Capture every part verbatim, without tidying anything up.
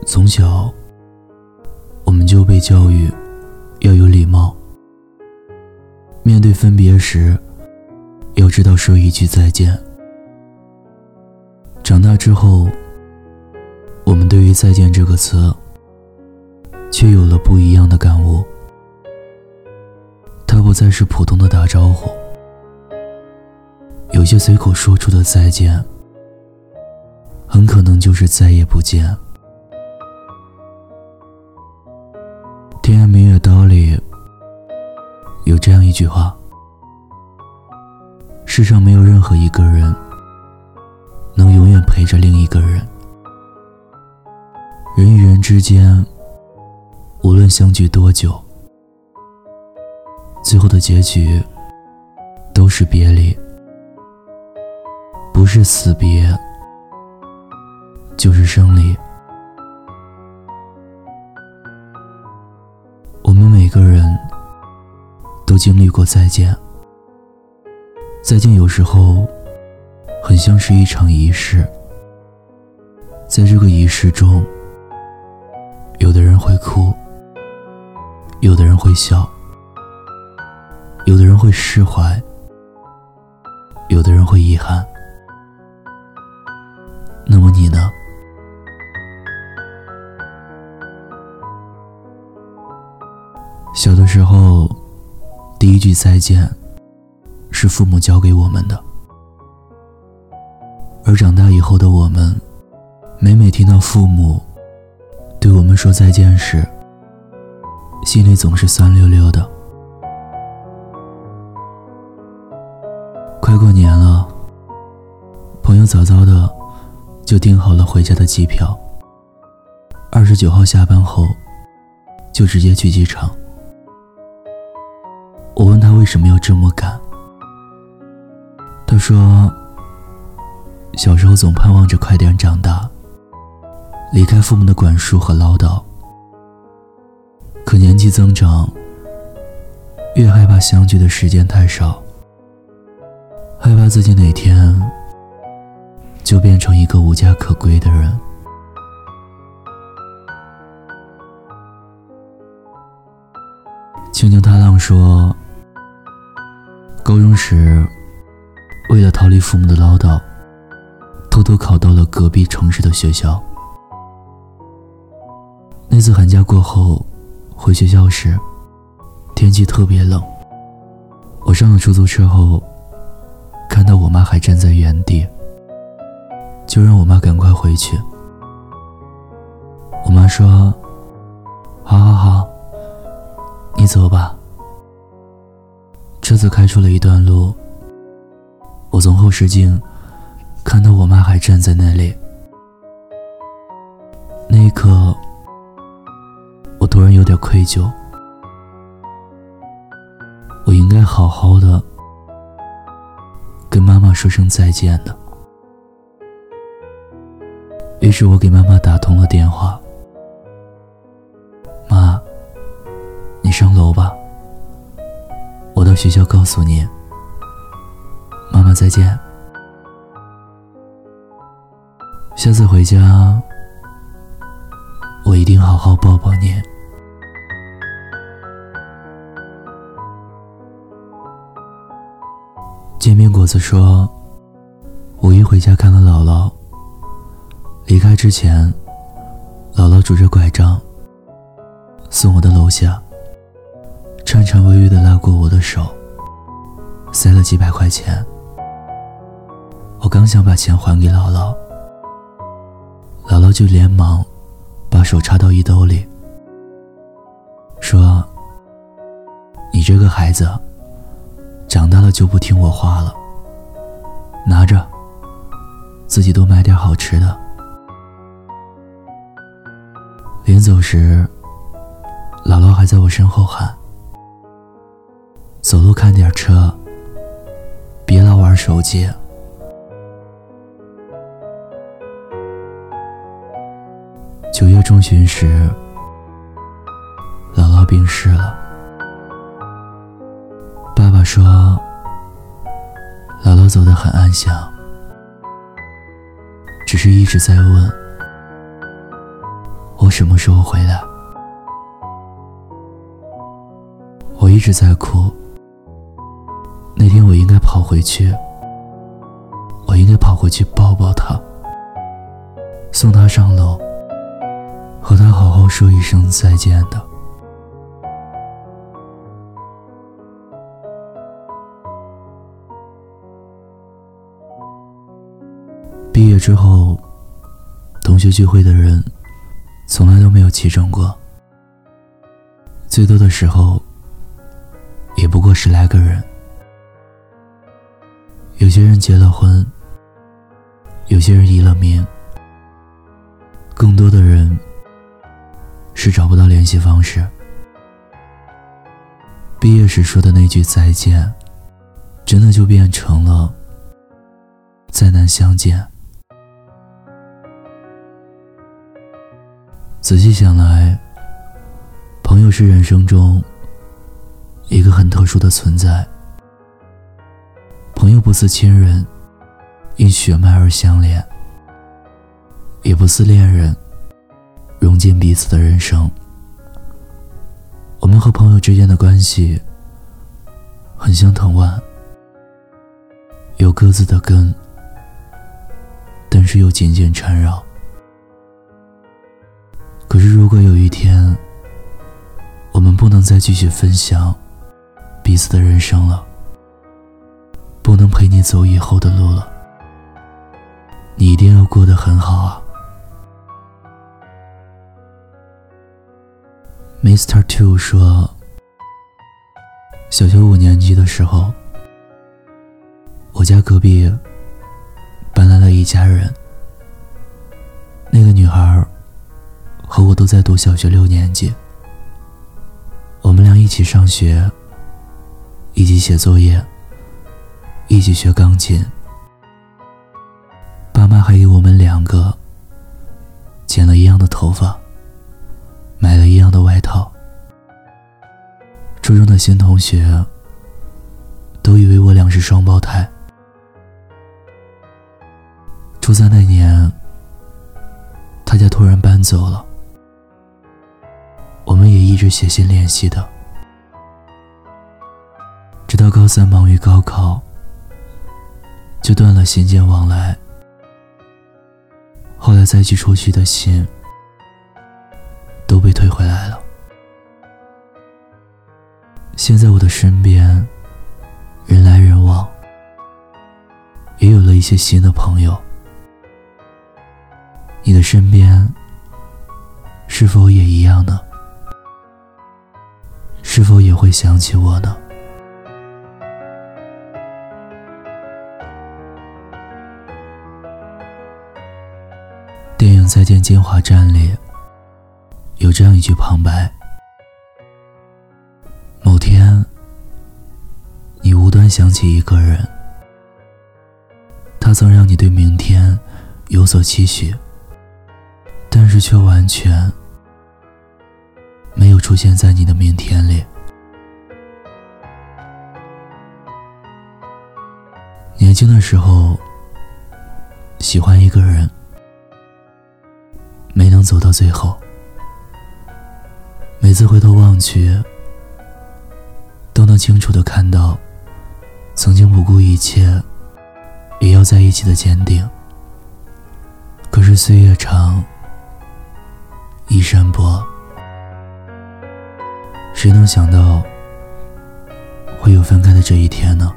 从小我们就被教育要有礼貌，面对分别时要知道说一句再见。长大之后，我们对于再见这个词却有了不一样的感悟。它不再是普通的打招呼，有些随口说出的再见很可能就是再也不见。天涯明月刀里有这样一句话，世上没有任何一个人能永远陪着另一个人，人与人之间无论相聚多久，最后的结局都是别离，不是死别就是生离。我们每个人都经历过再见，再见有时候很像是一场仪式，在这个仪式中，有的人会哭，有的人会笑，有的人会释怀，有的人会遗憾。那么你呢？小的时候，第一句再见是父母教给我们的，而长大以后的我们，每每听到父母对我们说再见时，心里总是酸溜溜的。快过年了，朋友早早的就订好了回家的机票，二十九号下班后就直接去机场。我问他为什么要这么赶，他说小时候总盼望着快点长大，离开父母的管束和唠叨，可年纪增长，越害怕相聚的时间太少，害怕自己哪天就变成一个无家可归的人。轻轻踏浪说，高中时为了逃离父母的唠叨，偷偷考到了隔壁城市的学校。那次寒假过后回学校时，天气特别冷，我上了出租车后，看到我妈还站在原地，就让我妈赶快回去。我妈说，好好好，你走吧。车子开出了一段路，我从后视镜看到我妈还站在那里。那一刻，我突然有点愧疚，我应该好好的跟妈妈说声再见的。于是我给妈妈打通了电话，妈，你上楼吧，我到学校告诉你，妈妈再见。下次回家，我一定好好抱抱你。煎饼果子说，五一回家看了姥姥，离开之前，姥姥拄着拐杖送我的楼下，颤颤巍巍地拉过我的手，塞了几百块钱。我刚想把钱还给姥姥，姥姥就连忙把手插到衣兜里，说，你这个孩子长大了就不听我话了，拿着，自己多买点好吃的。临走时，姥姥还在我身后喊，走路看点车，别老玩手机。九月中旬时，姥姥病逝了。爸爸说，姥姥走得很安详，只是一直在问， 我什么时候回来？我一直在哭。那天我应该跑回去，我应该跑回去抱抱他，送他上楼，和他好好说一声再见的。毕业之后，同学聚会的人从来都没有齐整过，最多的时候也不过十来个人。有些人结了婚，有些人移了民，更多的人是找不到联系方式。毕业时说的那句再见，真的就变成了再难相见。仔细想来，朋友是人生中一个很特殊的存在。朋友不似亲人，因血脉而相连，也不似恋人，融进彼此的人生。我们和朋友之间的关系很像藤蔓，有各自的根，但是又紧紧缠绕。可是如果有一天我们不能再继续分享彼此的人生了，不能陪你走以后的路了，你一定要过得很好啊。 Mister Two 说，小学五年级的时候，我家隔壁搬来了一家人。那个女孩和我都在读小学六年级，我们俩一起上学，一起写作业，一起学钢琴。爸妈还给我们两个剪了一样的头发，买了一样的外套。初中的新同学都以为我俩是双胞胎。初三那年，他家突然搬走了，我们也一直写信联系的。直到高三忙于高考，就断了信件往来。后来再寄出去的信都被退回来了。现在我的身边人来人往，也有了一些新的朋友。你的身边是否也一样呢？是否也会想起我呢？电影《再见金华站》里有这样一句旁白：某天你无端想起一个人，他曾让你对明天有所期许，但是却完全没有出现在你的明天里。年轻的时候喜欢一个人，没能走到最后，每次回头望去，都能清楚地看到曾经不顾一切也要在一起的坚定。可是岁月长，一山薄，谁能想到会有分开的这一天呢？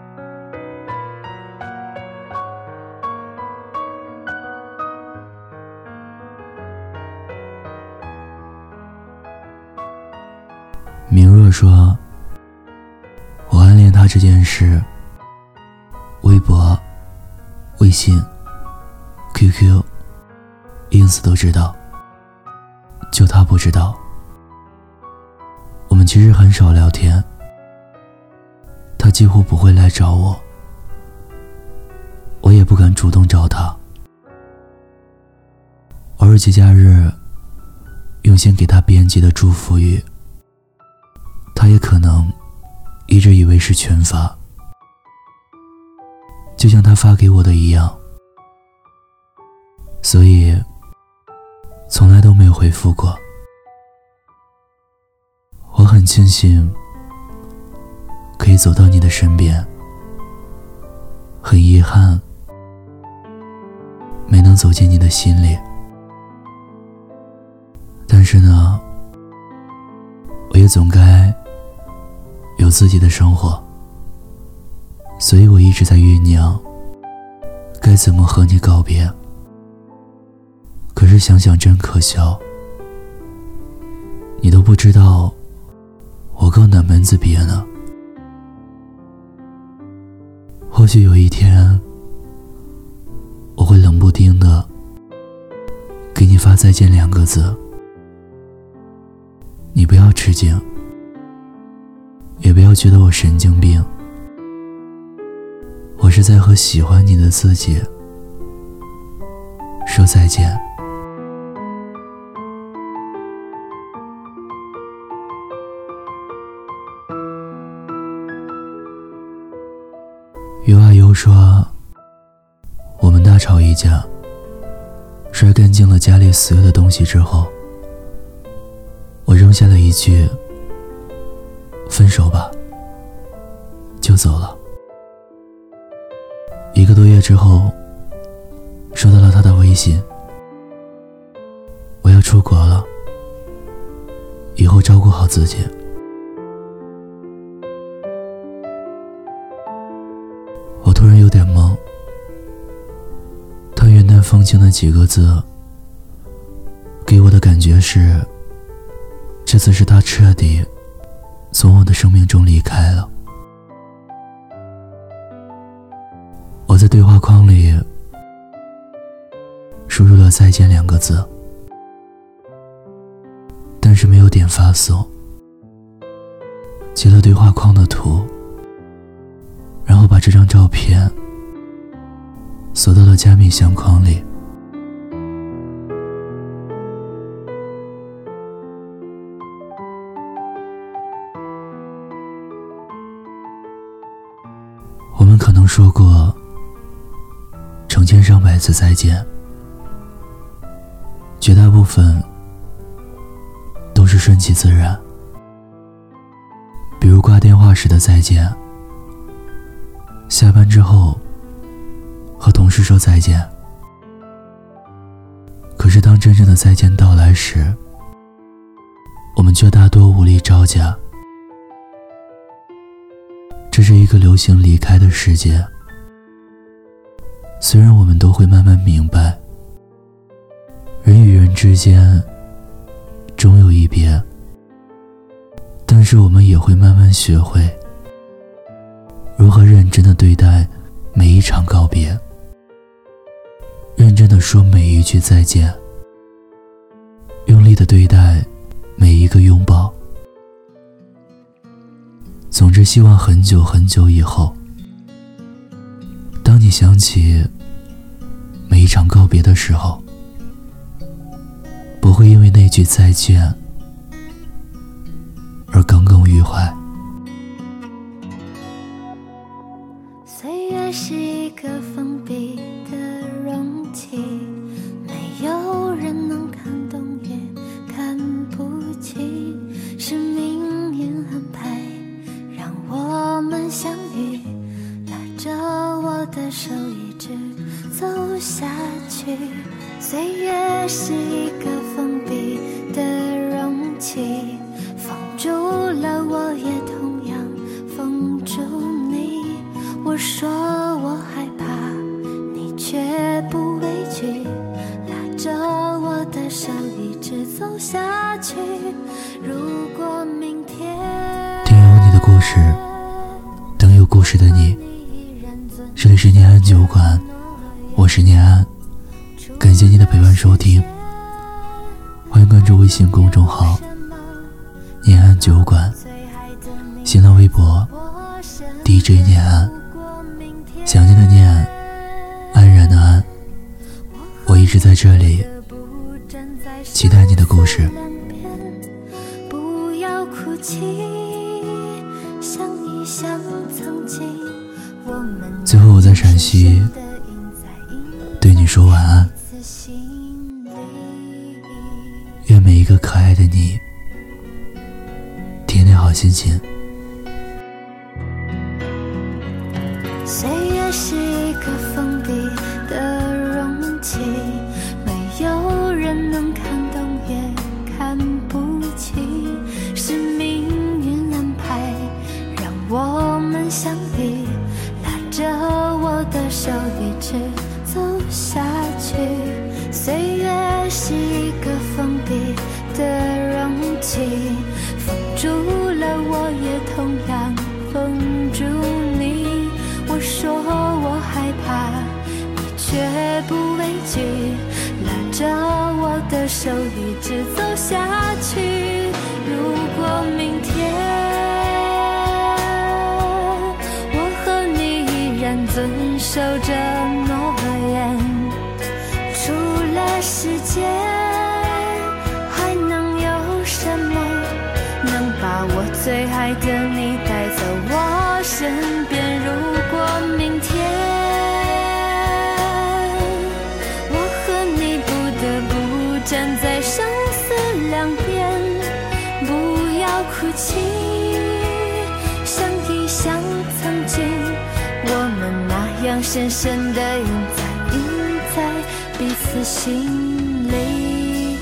明若说，我暗恋他这件事，微博、微信、Q Q、ins 都知道，就他不知道。我们其实很少聊天，他几乎不会来找我，我也不敢主动找他。偶尔节假日用心给他编辑的祝福语，他也可能一直以为是群发，就像他发给我的一样。所以从来都没有回复过。我很庆幸可以走到你的身边，很遗憾没能走进你的心里。但是呢，我也总该有自己的生活，所以我一直在酝酿该怎么和你告别。可是想想真可笑，你都不知道我够哪门子憋呢。或许有一天我会冷不丁的给你发再见两个字，你不要吃惊，也不要觉得我神经病，我是在和喜欢你的自己说再见。有啊有说，我们大吵一架，摔干净了家里所有的东西之后，我扔下了一句分手吧，就走了。一个多月之后，收到了他的微信，我要出国了，以后照顾好自己。我突然有点懵，他云淡风轻的几个字给我的感觉是，这次是他彻底从我的生命中离开了。我在对话框里输入了再见两个字，但是没有点发送，截了对话框的图，然后把这张照片锁到了加密相框里。我们可能说过成千上百次再见，绝大部分都是顺其自然，比如挂电话时的再见，下班之后和同事说再见。可是当真正的再见到来时，我们却大多无力招架。这是一个流行离开的世界，虽然我们都会慢慢明白，人与人之间终有一别，但是我们也会慢慢学会如何认真地对待每一场告别，认真地说每一句再见，用力地对待每一个拥抱。总之，希望很久很久以后，当你想起每一场告别的时候，不会因为那句再见而耿耿于怀。 岁月是一个封闭的容器，没有人能看懂也看不清，是命运安排让我们相遇，拉着我的手一直走下去。岁月是一个封闭的容器，封住了我，也同样封住你。我说我害怕，你却不畏惧，拉着我的手一直走下去。如果明天听有你的故事，等有故事的你。这里是念安酒馆，我是念安，感谢你的陪伴收听，欢迎关注微信公众号念安酒馆，新浪微博 D J 念安，想念的念，安然的安。我一直在这里期待你的故事。 不要哭泣，想一想曾经我们。 最后我在陕西对你说晚安。 愿每一个可爱的你天天好心情。 岁月是一个封闭的容器，没有人能看懂也看不起，是命运安排让我们相遇，拉着我的手一直走下去。岁月是一个封闭的容器，封住了我，也同样封住你。我说我害怕，你却不畏惧，拉着我的手一直走下去。如果明天我和你依然遵守着诺言，除了时间还能有什么能把我最爱的你带走我身边？如果明天我和你不得不站在生死两边，不要哭泣，想一想曾经我们那样深深的印在印在彼此心里。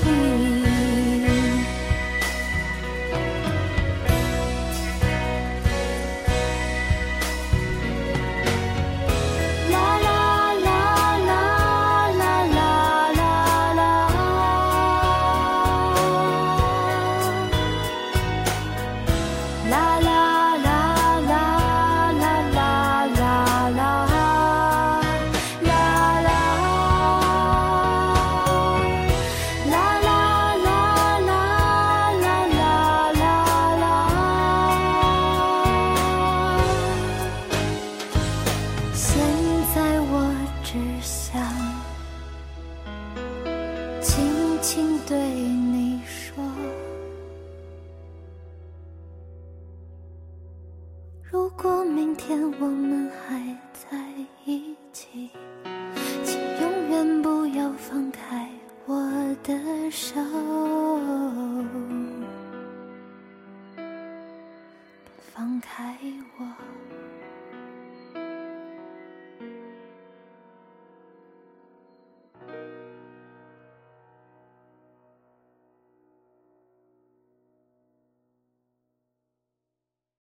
轻轻对你说，如果明天我们还在一起，请永远不要放开我的手，别放开我。